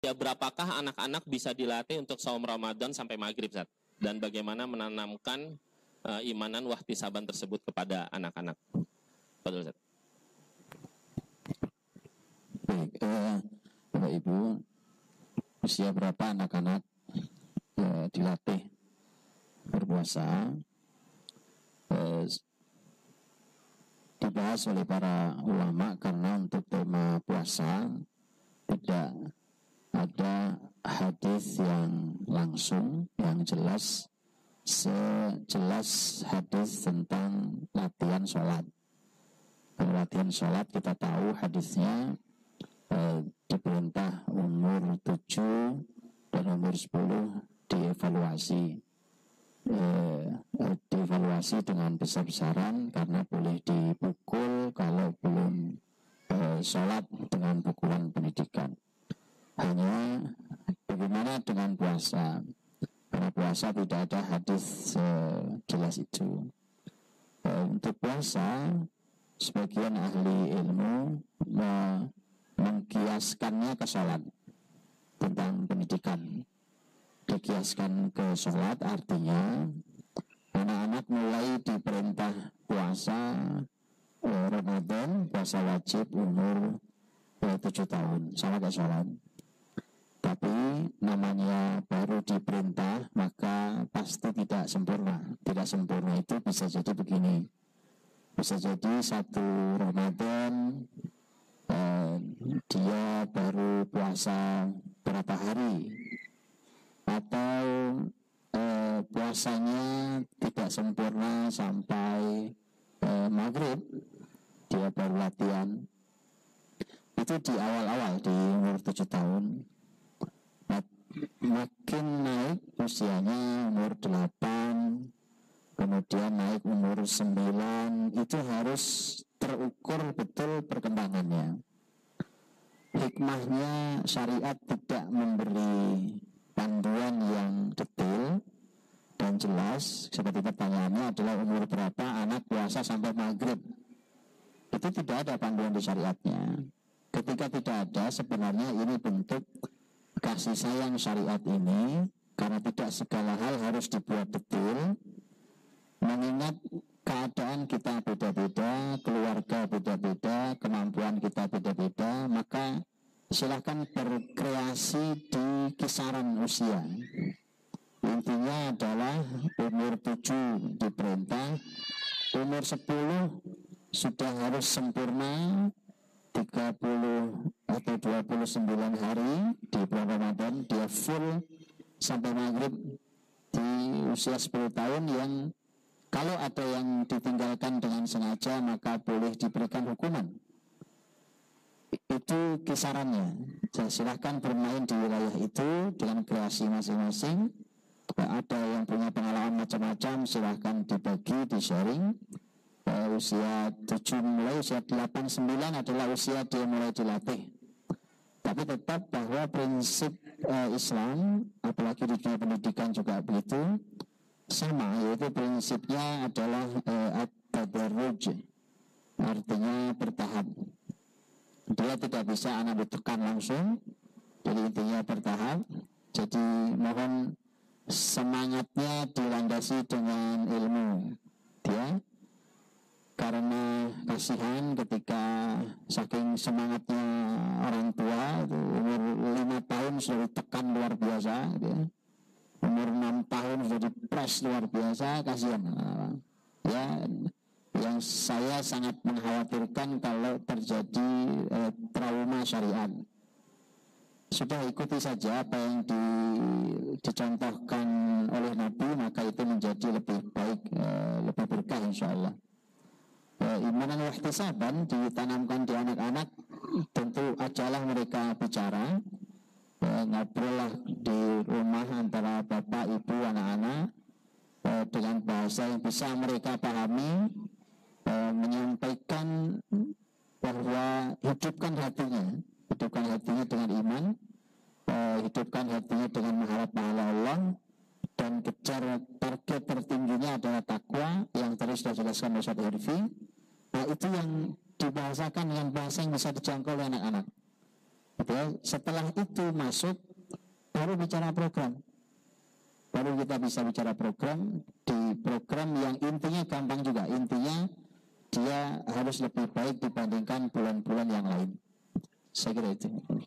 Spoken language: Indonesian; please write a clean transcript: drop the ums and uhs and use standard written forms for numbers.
Ya, berapakah anak-anak bisa dilatih untuk saum Ramadan sampai maghrib, Ustaz? Dan bagaimana menanamkan imanan wahtisaban tersebut kepada anak-anak? Betul, Ustaz. Baik, Bapak Ibu, usia berapa anak-anak dilatih berpuasa? Dibahas oleh para ulama karena untuk tema puasa tidak ada hadis yang langsung, yang jelas, sejelas hadis tentang latihan sholat. Kalau latihan sholat kita tahu hadisnya diperintah umur 7 dan umur 10 dievaluasi. Dievaluasi dengan besar-besaran karena boleh dipukul kalau belum sholat dengan pukulan pendidikan. Hanya bagaimana dengan puasa? Karena puasa tidak ada hadis jelas itu. Untuk puasa, sebagian ahli ilmu mengkiaskannya ke sholat tentang pendidikan. Dikiaskan ke sholat artinya anak-anak mulai diperintah puasa Ramadan, puasa wajib umur 7 tahun, sama kayak sholat. Tapi namanya baru diperintah, maka pasti tidak sempurna. Tidak sempurna itu bisa jadi begini. Bisa jadi satu Ramadan dia baru puasa berapa hari, atau puasanya tidak sempurna sampai maghrib, dia baru latihan. Itu di awal-awal, di umur 7 tahun. Makin naik usianya umur 8, kemudian naik umur 9, itu harus terukur betul perkembangannya. Hikmahnya syariat tidak memberi panduan yang detail dan jelas, seperti pertanyaannya adalah umur berapa anak puasa sampai maghrib. Itu tidak ada panduan di syariatnya. Ketika tidak ada, sebenarnya ini bentuk kasih sayang syariat ini, karena tidak segala hal harus dibuat detail, mengingat keadaan kita beda-beda, keluarga beda-beda, kemampuan kita beda-beda, maka silakan berkreasi di kisaran usia. Intinya adalah umur 7 diperintah, umur 10 sudah harus sempurna 30 atau 29 hari di bulan Ramadan, dia full sampai maghrib di usia 10 tahun, yang kalau ada yang ditinggalkan dengan sengaja maka boleh diberikan hukuman. Itu kisarannya. Silahkan bermain di wilayah itu dengan kreasi masing-masing. Ada yang punya pengalaman macam-macam, silahkan dibagi, di-sharing. Usia 7 mulai, usia 8-9 adalah usia dia mulai dilatih. Tapi tetap bahwa prinsip Islam, apalagi di dunia pendidikan juga begitu, sama, yaitu prinsipnya adalah at-tadarruj, artinya bertahap. Dia tidak bisa anak ditekan langsung, jadi intinya bertahap. Jadi mohon semangatnya dilandasi dengan ilmu. Dia karena kasihan ketika saking semangatnya orang tua itu, umur 5 tahun sudah ditekan luar biasa, ya. Umur 6 tahun sudah dipres luar biasa, kasihan. Ya, yang saya sangat mengkhawatirkan kalau terjadi trauma syariat. Sudah ikuti saja apa yang dicontohkan oleh Nabi, maka itu menjadi lebih baik, lebih berkah insya-Allah. Imanan wahtisaban ditanamkan di anak-anak, tentu ajalah mereka bicara, ngobrollah di rumah antara bapak, ibu, anak-anak dengan bahasa yang bisa mereka pahami, menyampaikan bahwa hidupkan hatinya dengan iman, hidupkan hatinya dengan mengharap pahala Allah, dan kejar target tertingginya adalah takwa yang tadi sudah jelaskan oleh Ustaz Hirfi. Nah, itu yang dibahasakan dengan bahasa yang bisa dijangkau oleh anak-anak. Setelah itu masuk, baru bicara program. Baru kita bisa bicara program. Di program yang intinya gampang juga. Intinya dia harus lebih baik dibandingkan bulan-bulan yang lain. Saya kira itu.